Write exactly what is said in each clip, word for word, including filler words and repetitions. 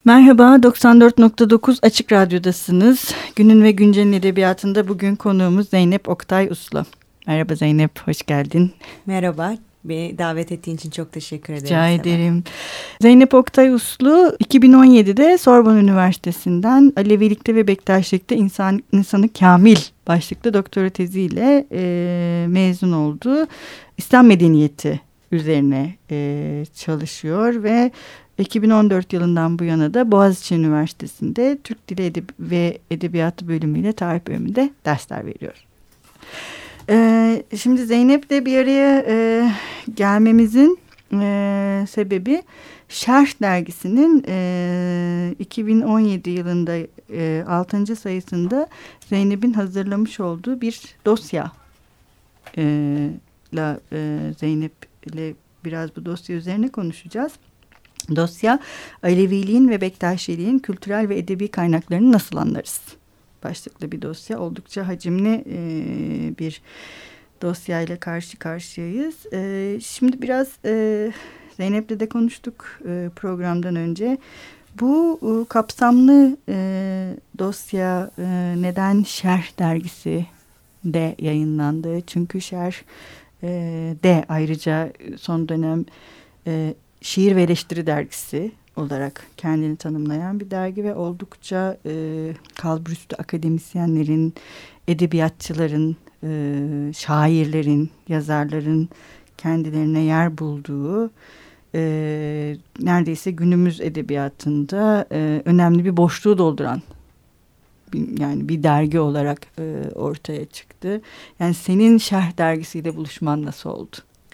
Merhaba, doksan dört nokta dokuz Açık Radyo'dasınız. Günün ve Güncel'in edebiyatında bugün konuğumuz Zeynep Oktay Uslu. Merhaba Zeynep, hoş geldin. Merhaba, beni davet ettiğin için çok teşekkür ederim. Rica ederim. Zeynep Oktay Uslu iki bin on yedide Sorbonne Üniversitesi'nden Alevilikte ve Bektaşilikte insan, insanı Kamil başlıklı doktora teziyle e, mezun oldu. İslam medeniyeti üzerine e, çalışıyor ve iki bin on dört yılından bu yana da Boğaziçi Üniversitesi'nde Türk Dili Edeb- ve Edebiyatı bölümüyle tarih bölümünde dersler veriyor. Ee, şimdi Zeynep'le bir araya e, gelmemizin e, sebebi Şerh dergisinin e, iki bin on yedi yılında e, altıncı sayısında Zeynep'in hazırlamış olduğu bir dosya. E, la, e, Zeynep'le biraz bu dosya üzerine konuşacağız. Dosya, Aleviliğin ve Bektaşiliğin kültürel ve edebi kaynaklarını nasıl anlarız başlıklı bir dosya. Oldukça hacimli e, bir dosyayla karşı karşıyayız. E, şimdi biraz e, Zeynep'le de konuştuk e, programdan önce. Bu e, kapsamlı e, dosya e, neden Şerh dergisi de yayınlandı? Çünkü Şerh e, de ayrıca son dönem e, Şiir ve Eleştiri Dergisi olarak kendini tanımlayan bir dergi ve oldukça e, kalburüstü akademisyenlerin, edebiyatçıların, e, şairlerin, yazarların kendilerine yer bulduğu e, neredeyse günümüz edebiyatında e, önemli bir boşluğu dolduran bir, yani bir dergi olarak e, ortaya çıktı. Yani senin Şerh dergisiyle buluşman nasıl oldu?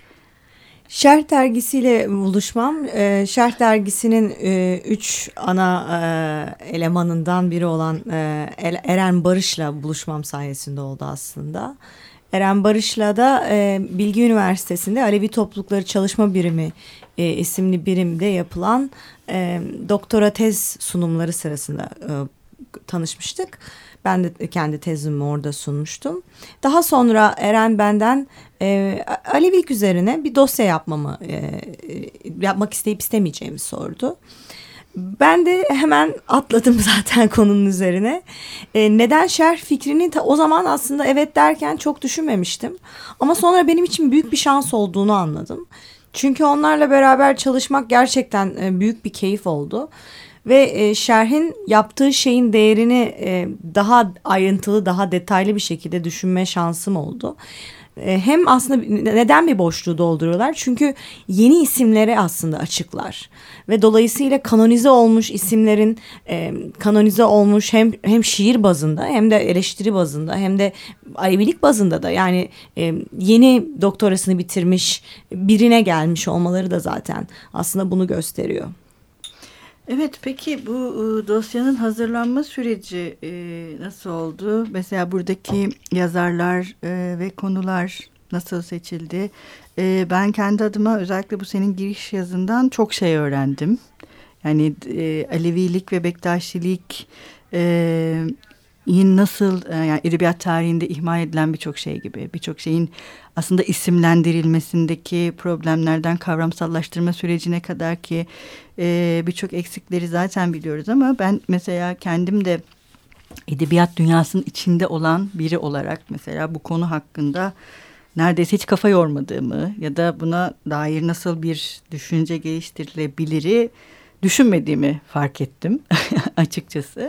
Şerh dergisiyle buluşmam, e, Şerh dergisinin e, üç ana e, elemanından biri olan e, Eren Barış'la buluşmam sayesinde oldu aslında. Eren Barış'la da e, Bilgi Üniversitesi'nde Alevi Toplulukları Çalışma Birimi e, isimli birimde yapılan e, doktora tez sunumları sırasında e, tanışmıştık. Ben de kendi tezimi orada sunmuştum. Daha sonra Eren benden e, Alevilik üzerine bir dosya yapmamı e, yapmak isteyip istemeyeceğimi sordu. Ben de hemen atladım zaten konunun üzerine. E, neden şerh fikrini ta, o zaman aslında evet derken çok düşünmemiştim. Ama sonra benim için büyük bir şans olduğunu anladım. Çünkü onlarla beraber çalışmak gerçekten e, büyük bir keyif oldu. Ve e, şerhin yaptığı şeyin değerini e, daha ayrıntılı, daha detaylı bir şekilde düşünme şansım oldu. E, hem aslında neden bir boşluğu dolduruyorlar? Çünkü yeni isimlere aslında açıklar. Ve dolayısıyla kanonize olmuş isimlerin e, kanonize olmuş hem hem şiir bazında hem de eleştiri bazında hem de Alevilik bazında da yani e, yeni doktorasını bitirmiş birine gelmiş olmaları da zaten aslında bunu gösteriyor. Evet, peki bu e, dosyanın hazırlanma süreci e, nasıl oldu? Mesela buradaki yazarlar e, ve konular nasıl seçildi? E, ben kendi adıma özellikle bu senin giriş yazından çok şey öğrendim. Yani e, Alevilik ve Bektaşilik e, nasıl e, yani edebiyat tarihinde ihmal edilen birçok şey gibi, birçok şeyin aslında isimlendirilmesindeki problemlerden kavramsallaştırma sürecine kadar ki e, birçok eksikleri zaten biliyoruz ama ben mesela kendim de edebiyat dünyasının içinde olan biri olarak mesela bu konu hakkında neredeyse hiç kafa yormadığımı ya da buna dair nasıl bir düşünce geliştirilebiliri düşünmediğimi fark ettim açıkçası.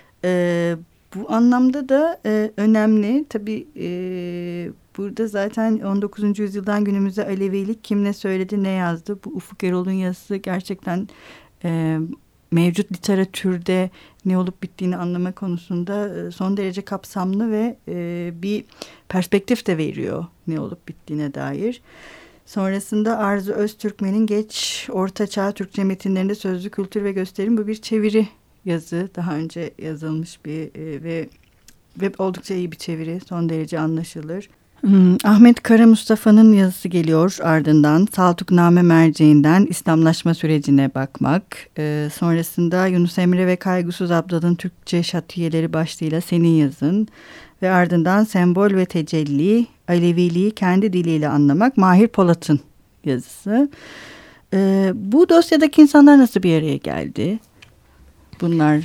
E, bu anlamda da e, önemli tabii. E, Burada zaten on dokuzuncu yüzyıldan günümüze Alevilik kim ne söyledi, ne yazdı? Bu Ufuk Erol'un yazısı gerçekten e, mevcut literatürde ne olup bittiğini anlama konusunda e, son derece kapsamlı ve e, bir perspektif de veriyor ne olup bittiğine dair. Sonrasında Arzu Öztürkmen'in Geç Orta Çağ Türkçe metinlerinde sözlü kültür ve gösterim, bu bir çeviri yazı. Daha önce yazılmış bir e, ve, ve oldukça iyi bir çeviri, son derece anlaşılır. Hmm, Ahmet Kara Mustafa'nın yazısı geliyor ardından. Saltukname merceğinden İslamlaşma sürecine bakmak. Ee, sonrasında Yunus Emre ve Kaygısız Abdal'ın Türkçe şatiyeleri başlığıyla senin yazın. Ve ardından Sembol ve Tecelli, Aleviliği kendi diliyle anlamak, Mahir Polat'ın yazısı. Ee, bu dosyadaki insanlar nasıl bir araya geldi? bunlar?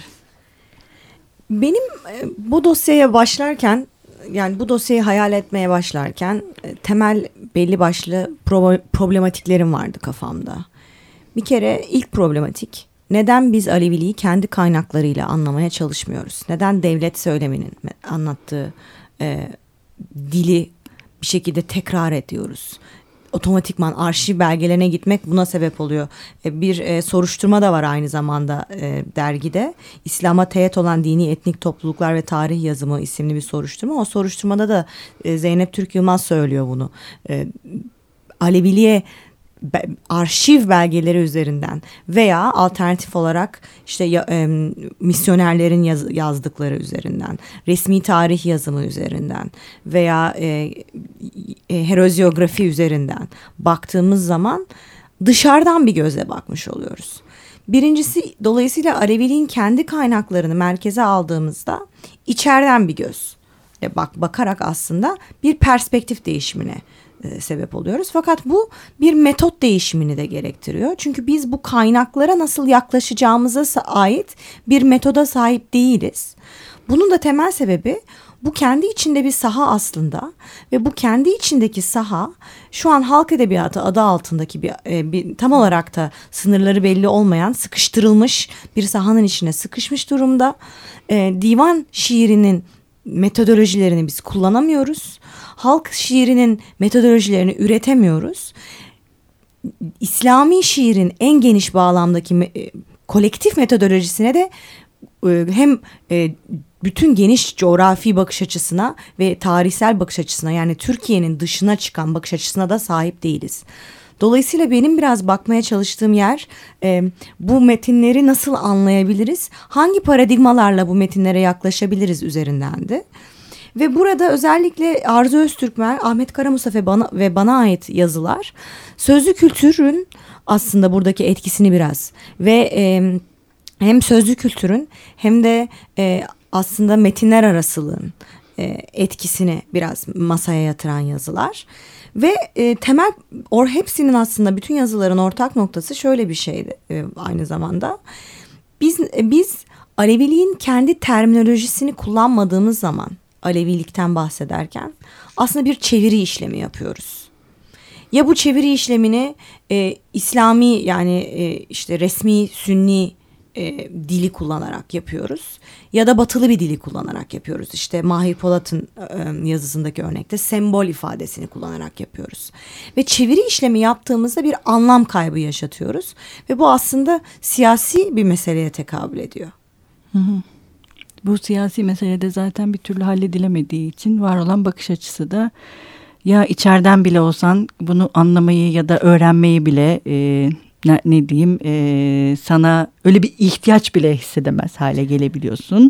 Benim bu dosyaya başlarken, yani bu dosyayı hayal etmeye başlarken temel belli başlı pro- problematiklerim vardı kafamda. Bir kere ilk problematik, neden biz Aleviliği kendi kaynaklarıyla anlamaya çalışmıyoruz? Neden devlet söyleminin anlattığı e, dili bir şekilde tekrar ediyoruz? Otomatikman arşiv belgelerine gitmek buna sebep oluyor. E, bir e, soruşturma da var aynı zamanda e, dergide. İslam'a teğet olan dini etnik topluluklar ve tarih yazımı isimli bir soruşturma. O soruşturmada da e, Zeynep Türk Yılmaz söylüyor bunu. E, Aleviliğe arşiv belgeleri üzerinden veya alternatif olarak işte ya, e, misyonerlerin yaz, yazdıkları üzerinden, resmi tarih yazımı üzerinden veya e, e, heroziografi üzerinden baktığımız zaman dışarıdan bir gözle bakmış oluyoruz. Birincisi, dolayısıyla Aleviliğin kendi kaynaklarını merkeze aldığımızda içeriden bir göz bak bakarak aslında bir perspektif değişimine sebep oluyoruz. Fakat bu bir metot değişimini de gerektiriyor. Çünkü biz bu kaynaklara nasıl yaklaşacağımıza ait bir metoda sahip değiliz. Bunun da temel sebebi bu kendi içinde bir saha aslında ve bu kendi içindeki saha şu an halk edebiyatı adı altındaki bir, bir tam olarak da sınırları belli olmayan sıkıştırılmış bir sahanın içine sıkışmış durumda. E, divan şiirinin metodolojilerini biz kullanamıyoruz. Halk şiirinin metodolojilerini üretemiyoruz. İslami şiirin en geniş bağlamdaki e, kolektif metodolojisine de e, hem e, bütün geniş coğrafi bakış açısına ve tarihsel bakış açısına, yani Türkiye'nin dışına çıkan bakış açısına da sahip değiliz. Dolayısıyla benim biraz bakmaya çalıştığım yer e, bu metinleri nasıl anlayabiliriz? Hangi paradigmalarla bu metinlere yaklaşabiliriz üzerindendi. Ve burada özellikle Arzu Öztürkmen, Ahmet Karamustafa ve bana, ve bana ait yazılar sözlü kültürün aslında buradaki etkisini biraz ve e, hem sözlü kültürün hem de e, aslında metinler arasılığın e, etkisini biraz masaya yatıran yazılar. Ve e, temel or hepsinin aslında bütün yazıların ortak noktası şöyle bir şeydi e, aynı zamanda. Biz e, biz Aleviliğin kendi terminolojisini kullanmadığımız zaman Alevilikten bahsederken aslında bir çeviri işlemi yapıyoruz. Ya bu çeviri işlemini e, İslami, yani e, işte resmi Sünni e, dili kullanarak yapıyoruz ya da batılı bir dili kullanarak yapıyoruz. İşte Mahir Polat'ın e, yazısındaki örnekte sembol ifadesini kullanarak yapıyoruz. Ve çeviri işlemi yaptığımızda bir anlam kaybı yaşatıyoruz ve bu aslında siyasi bir meseleye tekabül ediyor. Hı hı. Bu siyasi meselede zaten bir türlü halledilemediği için var olan bakış açısı da ya içeriden bile olsan bunu anlamayı ya da öğrenmeyi bile e, ne, ne diyeyim e, sana öyle bir ihtiyaç bile hissedemez hale gelebiliyorsun.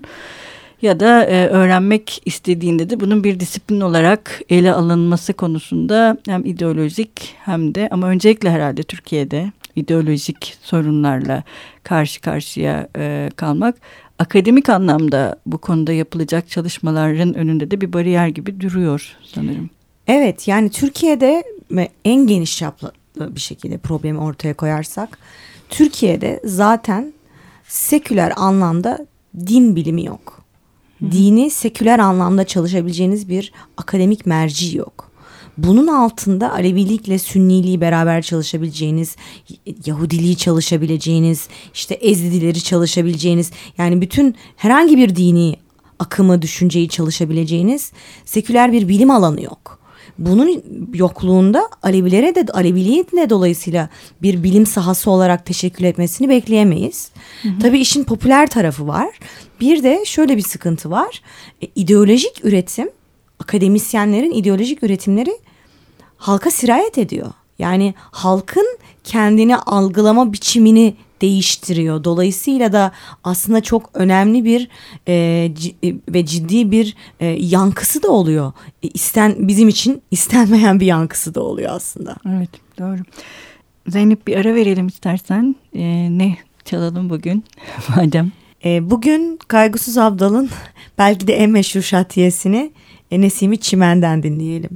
Ya da e, öğrenmek istediğinde de bunun bir disiplin olarak ele alınması konusunda hem ideolojik hem de, ama öncelikle herhalde Türkiye'de ideolojik sorunlarla karşı karşıya e, kalmak akademik anlamda bu konuda yapılacak çalışmaların önünde de bir bariyer gibi duruyor sanırım. Evet, yani Türkiye'de en geniş çaplı bir şekilde problemi ortaya koyarsak, Türkiye'de zaten seküler anlamda din bilimi yok. Hı. Dini seküler anlamda çalışabileceğiniz bir akademik merci yok. Bunun altında Alevilikle Sünniliği beraber çalışabileceğiniz, Yahudiliği çalışabileceğiniz, işte Ezdidileri çalışabileceğiniz, yani bütün herhangi bir dini akımı, düşünceyi çalışabileceğiniz seküler bir bilim alanı yok. Bunun yokluğunda Alevilere de, Aleviliğin de dolayısıyla bir bilim sahası olarak teşekkül etmesini bekleyemeyiz. Hı hı. Tabii işin popüler tarafı var. Bir de şöyle bir sıkıntı var. E, ideolojik üretim, akademisyenlerin ideolojik üretimleri halka sirayet ediyor. Yani halkın kendini algılama biçimini değiştiriyor. Dolayısıyla da aslında çok önemli bir e, c- ve ciddi bir e, yankısı da oluyor. E, isten bizim için istenmeyen bir yankısı da oluyor aslında. Evet, doğru. Zeynep, bir ara verelim istersen. E, ne çalalım bugün madem? E, bugün Kaygısız Abdal'ın belki de en meşhur şatiyesini e, Nesimi Çimen'den dinleyelim.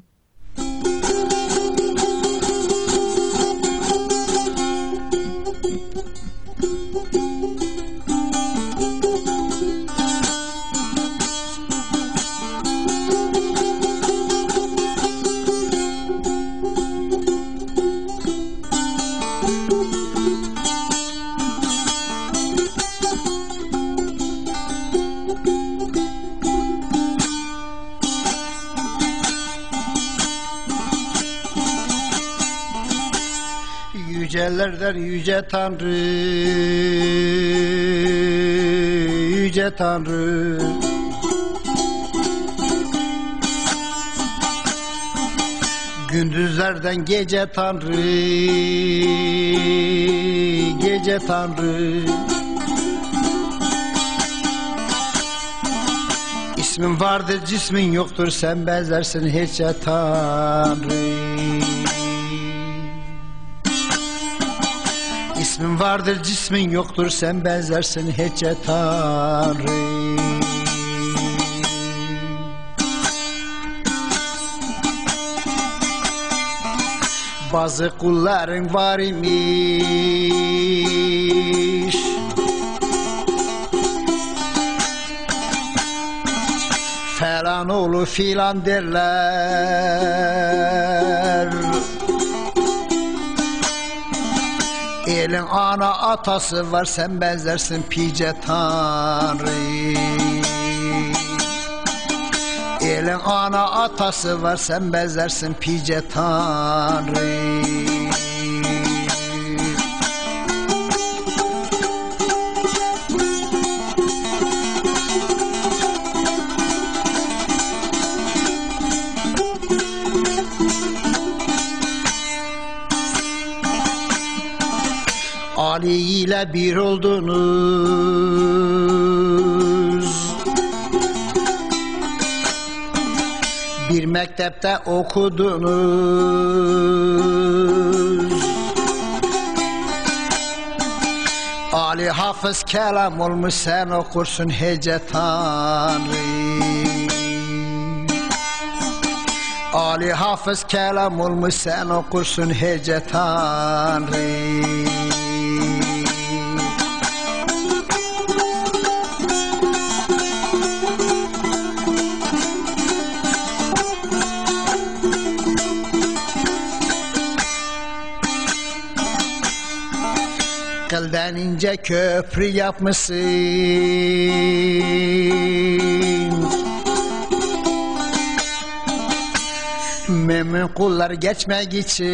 Yücelerden yüce Tanrı, yüce Tanrı. Gündüzlerden gece Tanrı, gece Tanrı. İsmin vardır cismin yoktur, sen benzersin hiçe Tanrı. İsmin vardır cismin yoktur, sen benzersin hiçe Tanrı. Bazı kulların var imiş, falan oğlu filan derler. Elin ana atası var, sen benzersin pice Tanrı. Elin ana atası var, sen benzersin pice Tanrı. Ali ile bir oldunuz, bir mektepte okudunuz. Ali hafız kelam olmuş, sen okursun hece Tanrı. Ali hafız kelam olmuş, sen okursun hece Tanrı. Kıldan ince köprü yapmışsın, mümin kullar geçmek için.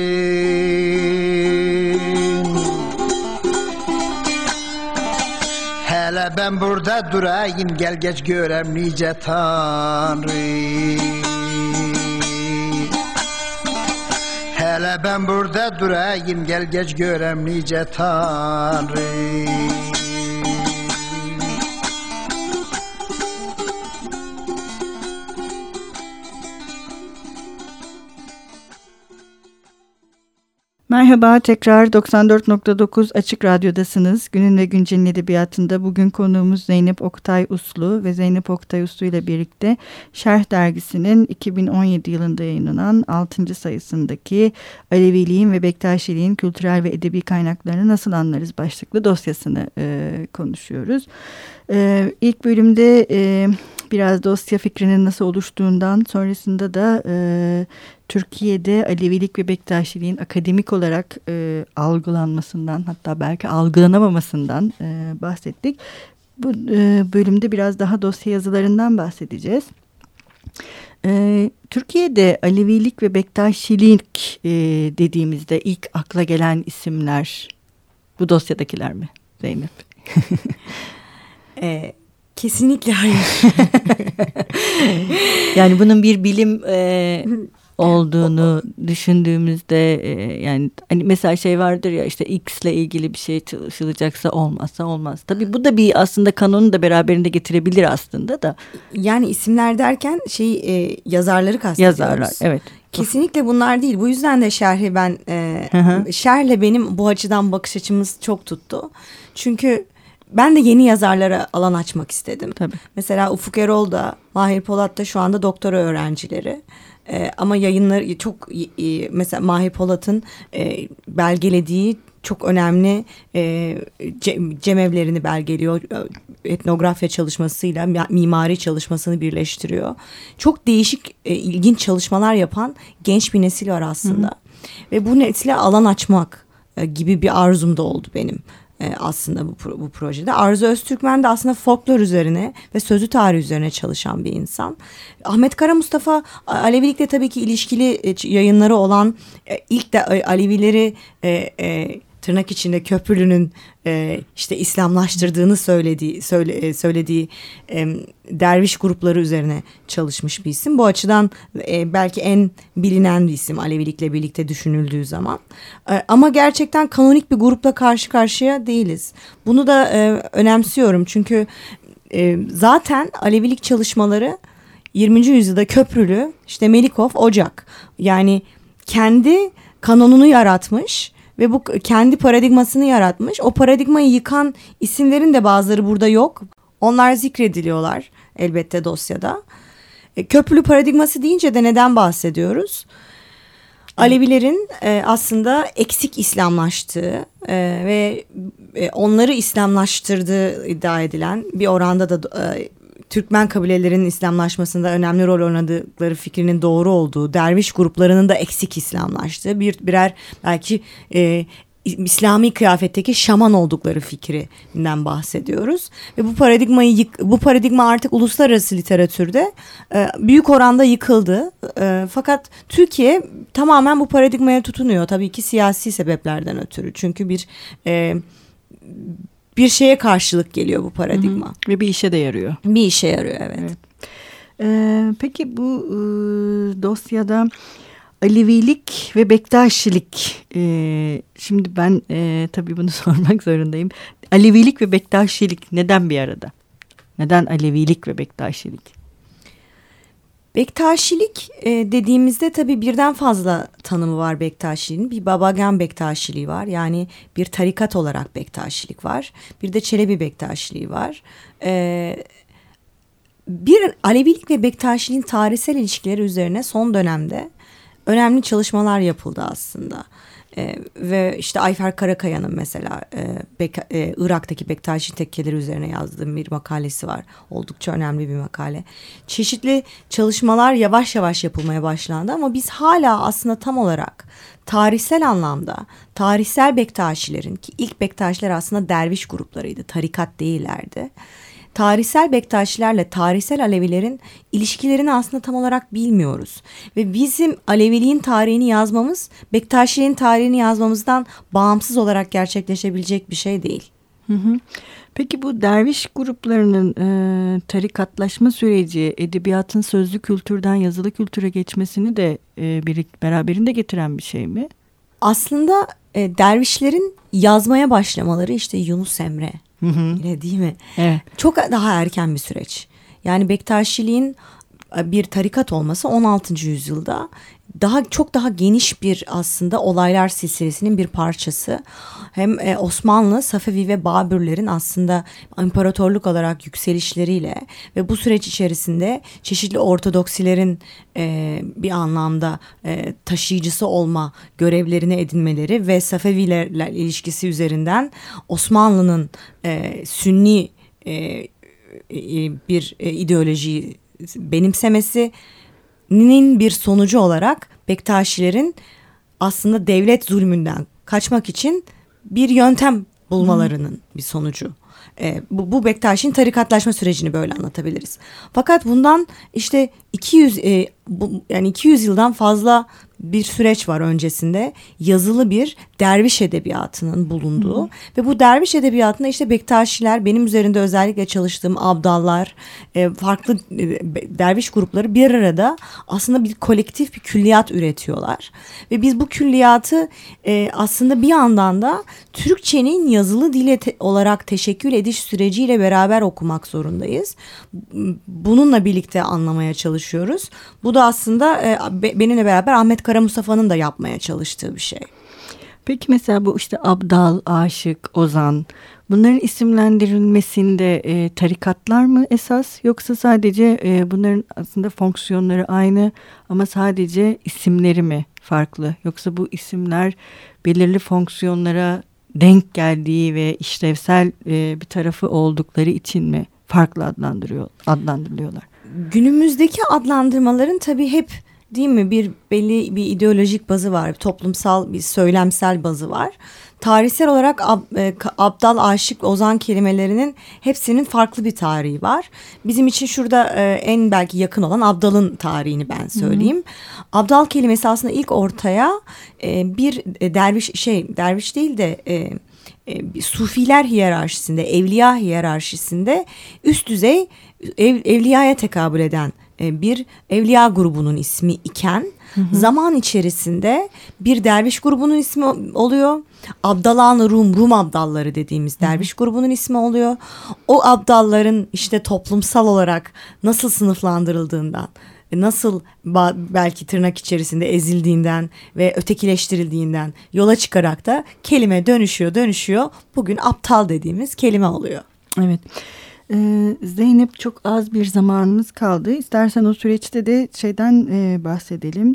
Hele ben burada durayım, gel geç görem nice Tanrı. Hele ben burada durayım, gel geç görem nice Tanrı. Merhaba, tekrar doksan dört nokta dokuz Açık Radyo'dasınız. Günün ve Güncel'in edebiyatında bugün konuğumuz Zeynep Oktay Uslu ve Zeynep Oktay Uslu ile birlikte Şerh Dergisi'nin iki bin on yedi yılında yayınlanan altıncı sayısındaki Aleviliğin ve Bektaşiliğin kültürel ve edebi kaynaklarını nasıl anlarız başlıklı dosyasını e, konuşuyoruz. E, ilk bölümde e, biraz dosya fikrinin nasıl oluştuğundan, sonrasında da e, Türkiye'de Alevilik ve Bektaşiliğin akademik olarak e, algılanmasından, hatta belki algılanamamasından e, bahsettik. Bu e, bölümde biraz daha dosya yazılarından bahsedeceğiz. E, Türkiye'de Alevilik ve Bektaşilik e, dediğimizde ilk akla gelen isimler bu dosyadakiler mi Zeynep? e, kesinlikle hayır. Yani bunun bir bilim e, olduğunu düşündüğümüzde e, yani hani mesela şey vardır ya, işte X ile ilgili bir şey çalışılacaksa olmazsa olmaz. Tabii bu da bir aslında kanunu da beraberinde getirebilir aslında da. Yani isimler derken şey e, yazarları kastediyoruz. Yazarlar, evet. Kesinlikle bunlar değil. Bu yüzden de şerhi ben e, şerhle benim bu açıdan bakış açımız çok tuttu. Çünkü ben de yeni yazarlara alan açmak istedim. Tabii. Mesela Ufuk Erol da, Mahir Polat da şu anda doktora öğrencileri. Ee, ama yayınları çok e, mesela Mahir Polat'ın e, belgelediği çok önemli e, cemevlerini belgeliyor. Etnografya çalışmasıyla mimari çalışmasını birleştiriyor. Çok değişik, e, ilginç çalışmalar yapan genç bir nesil var aslında. Hı hı. Ve bu nesile alan açmak e, gibi bir arzum da oldu benim. Aslında bu, bu projede. Arzu Öztürkmen de aslında folklor üzerine ve sözlü tarih üzerine çalışan bir insan. Ahmet Kara Mustafa, Alevilikle tabii ki ilişkili yayınları olan, ilk de Alevileri e, e, tırnak içinde Köprülü'nün e, işte İslamlaştırdığını söylediği söyle, söylediği e, derviş grupları üzerine çalışmış bir isim. Bu açıdan e, belki en bilinen bir isim Alevilikle birlikte düşünüldüğü zaman. E, ama gerçekten kanonik bir grupla karşı karşıya değiliz. Bunu da e, önemsiyorum çünkü e, zaten Alevilik çalışmaları yirminci yüzyılda Köprülü, işte Melikov, Ocak, yani kendi kanonunu yaratmış ve bu kendi paradigmasını yaratmış. O paradigmayı yıkan isimlerin de bazıları burada yok. Onlar zikrediliyorlar elbette dosyada. E, Köprülü paradigması deyince de neden bahsediyoruz? Alevilerin e, aslında eksik İslamlaştığı e, ve e, onları İslamlaştırdığı iddia edilen bir oranda da e, Türkmen kabilelerinin İslamlaşmasında önemli rol oynadıkları fikrinin doğru olduğu, derviş gruplarının da eksik İslamlaştığı bir birer belki e, İslami kıyafetteki şaman oldukları fikrinden bahsediyoruz. Ve bu paradigmayı yık, bu paradigma artık uluslararası literatürde e, büyük oranda yıkıldı. E, fakat Türkiye tamamen bu paradigmaya tutunuyor. Tabii ki siyasi sebeplerden ötürü. Çünkü bir e, bir şeye karşılık geliyor bu paradigma. Hı hı. Ve bir işe de yarıyor. Bir işe yarıyor, evet. evet. Ee, peki bu e, dosyada Alevilik ve Bektaşilik, e, şimdi ben e, tabii bunu sormak zorundayım. Alevilik ve Bektaşilik neden bir arada? Neden Alevilik ve Bektaşilik? Bektaşilik e, dediğimizde tabii birden fazla tanımı var Bektaşiliğin. Bir Babagan Bektaşiliği var, yani bir tarikat olarak Bektaşilik var. Bir de Çelebi Bektaşiliği var. E, bir Alevilik ve Bektaşiliğin tarihsel ilişkileri üzerine son dönemde önemli çalışmalar yapıldı aslında. Ee, ve işte Ayfer Karakaya'nın mesela e, Bek- e, Irak'taki Bektaşi tekkeleri üzerine yazdığı bir makalesi var. Oldukça önemli bir makale. Çeşitli çalışmalar yavaş yavaş yapılmaya başlandı ama biz hala aslında tam olarak tarihsel anlamda tarihsel Bektaşilerin, ki ilk Bektaşiler aslında derviş gruplarıydı, tarikat değillerdi. Tarihsel Bektaşilerle tarihsel Alevilerin ilişkilerini aslında tam olarak bilmiyoruz. Ve bizim Aleviliğin tarihini yazmamız Bektaşiliğin tarihini yazmamızdan bağımsız olarak gerçekleşebilecek bir şey değil. Hı hı. Peki bu derviş gruplarının e, tarikatlaşma süreci edebiyatın sözlü kültürden yazılı kültüre geçmesini de e, bir, beraberinde getiren bir şey mi? Aslında e, dervişlerin yazmaya başlamaları işte Yunus Emre. Hı hı. Öyle değil mi? Evet. Çok daha erken bir süreç. Yani Bektaşiliğin bir tarikat olması on altıncı yüzyılda daha çok daha geniş bir aslında olaylar silsilesinin bir parçası. Hem Osmanlı, Safevi ve Babürlerin aslında imparatorluk olarak yükselişleriyle ve bu süreç içerisinde çeşitli ortodoksilerin e, bir anlamda e, taşıyıcısı olma görevlerini edinmeleri ve Safevilerle ilişkisi üzerinden Osmanlı'nın e, Sünni e, e, bir e, ideolojiyi benimsemesinin bir sonucu olarak Bektaşilerin aslında devlet zulmünden kaçmak için bir yöntem bulmalarının hmm. bir sonucu. E, bu, bu Bektaşi'nin tarikatlaşma sürecini böyle anlatabiliriz. Fakat bundan işte iki yüz e, bu, yani iki yüz yıldan fazla bir süreç var öncesinde yazılı bir derviş edebiyatının bulunduğu hı. ve bu derviş edebiyatında işte Bektaşiler, benim üzerinde özellikle çalıştığım abdallar, e, farklı e, derviş grupları bir arada aslında bir kolektif bir külliyat üretiyorlar ve biz bu külliyatı e, aslında bir yandan da Türkçenin yazılı dile te- olarak teşekkül ediş süreciyle beraber okumak zorundayız. Bununla birlikte anlamaya çalışıyoruz. Bu da aslında e, be, benimle beraber Ahmet Kara Mustafa'nın da yapmaya çalıştığı bir şey. Peki mesela bu işte abdal, aşık, ozan, bunların isimlendirilmesinde e, tarikatlar mı esas, yoksa sadece e, bunların aslında fonksiyonları aynı ama sadece isimleri mi farklı, yoksa bu isimler belirli fonksiyonlara denk geldiği ve işlevsel e, bir tarafı oldukları için mi farklı adlandırıyor adlandırılıyorlar? Günümüzdeki adlandırmaların tabii hep Değil mi? Bir belli bir ideolojik bazı var, toplumsal bir söylemsel bazı var. Tarihsel olarak ab, e, abdal, aşık, ozan kelimelerinin hepsinin farklı bir tarihi var. Bizim için şurada e, en belki yakın olan abdalın tarihini ben söyleyeyim. Hı-hı. Abdal kelimesi aslında ilk ortaya e, bir e, derviş şey derviş değil de e, e, sufiler hiyerarşisinde, evliya hiyerarşisinde üst düzey ev, evliyaya tekabül eden e, bir evliya grubunun ismi iken, hı hı, zaman içerisinde bir derviş grubunun ismi oluyor. Abdalan Rum, Rum abdalları dediğimiz derviş, hı hı, grubunun ismi oluyor. O abdalların işte toplumsal olarak nasıl sınıflandırıldığından, nasıl belki tırnak içerisinde ezildiğinden ve ötekileştirildiğinden yola çıkarak da kelime dönüşüyor dönüşüyor. Bugün aptal dediğimiz kelime oluyor. Evet. Ee, Zeynep, çok az bir zamanımız kaldı. İstersen o süreçte de şeyden e, bahsedelim.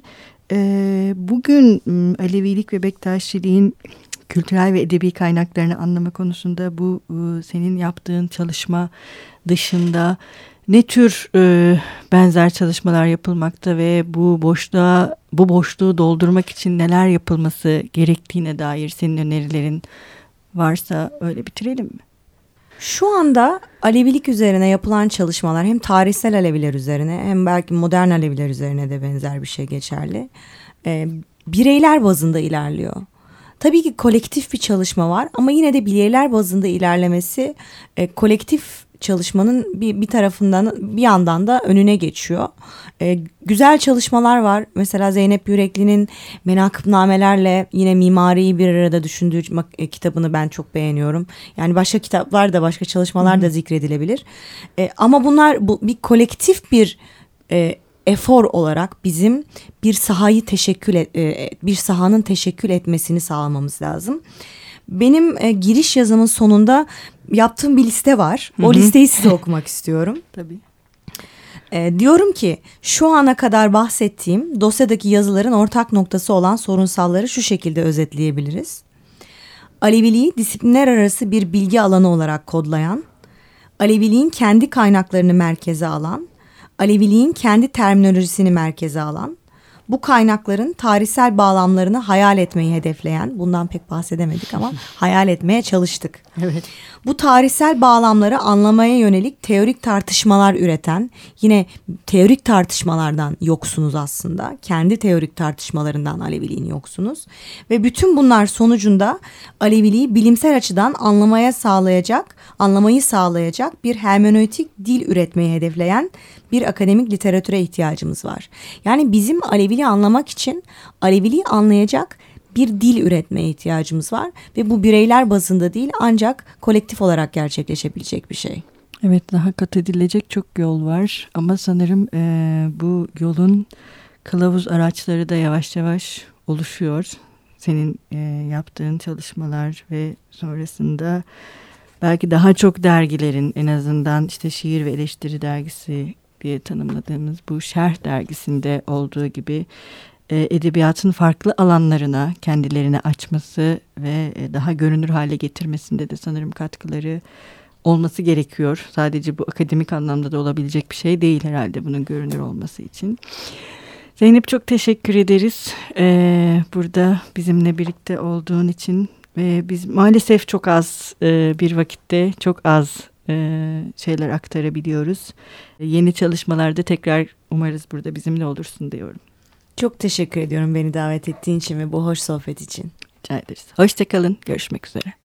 E, bugün Alevilik ve Bektaşiliğin kültürel ve edebi kaynaklarını anlama konusunda bu e, senin yaptığın çalışma dışında ne tür e, benzer çalışmalar yapılmakta ve bu boşluğa bu boşluğu doldurmak için neler yapılması gerektiğine dair senin önerilerin varsa öyle bitirelim mi? Şu anda Alevilik üzerine yapılan çalışmalar hem tarihsel Aleviler üzerine hem belki modern Aleviler üzerine de benzer bir şey geçerli. E, bireyler bazında ilerliyor. Tabii ki kolektif bir çalışma var ama yine de bireyler bazında ilerlemesi e, kolektif çalışmanın bir, bir tarafından bir yandan da önüne geçiyor. Ee, güzel çalışmalar var. Mesela Zeynep Yürekli'nin Menakıbnamelerle yine mimariyi bir arada düşündüğü kitabını ben çok beğeniyorum. Yani başka kitaplar da, başka çalışmalar da zikredilebilir. Ee, ama bunlar bu, bir kolektif bir e, efor olarak bizim bir sahayı teşekkül et, e, bir sahanın teşekkül etmesini sağlamamız lazım. Benim e, giriş yazımın sonunda yaptığım bir liste var. O listeyi size okumak istiyorum. Tabii. E, diyorum ki şu ana kadar bahsettiğim dosyadaki yazıların ortak noktası olan sorunsalları şu şekilde özetleyebiliriz. Aleviliği disiplinler arası bir bilgi alanı olarak kodlayan, Aleviliğin kendi kaynaklarını merkeze alan, Aleviliğin kendi terminolojisini merkeze alan, bu kaynakların tarihsel bağlamlarını hayal etmeyi hedefleyen, bundan pek bahsedemedik ama hayal etmeye çalıştık. Evet. Bu tarihsel bağlamları anlamaya yönelik teorik tartışmalar üreten, yine teorik tartışmalardan yoksunuz aslında. Kendi teorik tartışmalarından Aleviliğin yoksunuz. Ve bütün bunlar sonucunda Aleviliği bilimsel açıdan anlamaya sağlayacak, anlamayı sağlayacak bir hermenötik dil üretmeyi hedefleyen bir akademik literatüre ihtiyacımız var. Yani bizim Aleviliği anlamak için Aleviliği anlayacak bir dil üretmeye ihtiyacımız var ve bu bireyler bazında değil ancak kolektif olarak gerçekleşebilecek bir şey. Evet, daha kat edilecek çok yol var ama sanırım e, bu yolun kılavuz araçları da yavaş yavaş oluşuyor. Senin e, yaptığın çalışmalar ve sonrasında belki daha çok dergilerin, en azından işte Şiir ve Eleştiri Dergisi diye tanımladığımız bu Şerh dergisinde olduğu gibi edebiyatın farklı alanlarına kendilerini açması ve daha görünür hale getirmesinde de sanırım katkıları olması gerekiyor. Sadece bu akademik anlamda da olabilecek bir şey değil herhalde bunun görünür olması için. Zeynep, çok teşekkür ederiz ee, burada bizimle birlikte olduğun için. Ee, biz maalesef çok az e, bir vakitte çok az e, şeyler aktarabiliyoruz. E, yeni çalışmalarda tekrar umarız burada bizimle olursun diyorum. Çok teşekkür ediyorum beni davet ettiğin için ve bu hoş sohbet için. Rica ederiz. Hoşça kalın. Görüşmek üzere.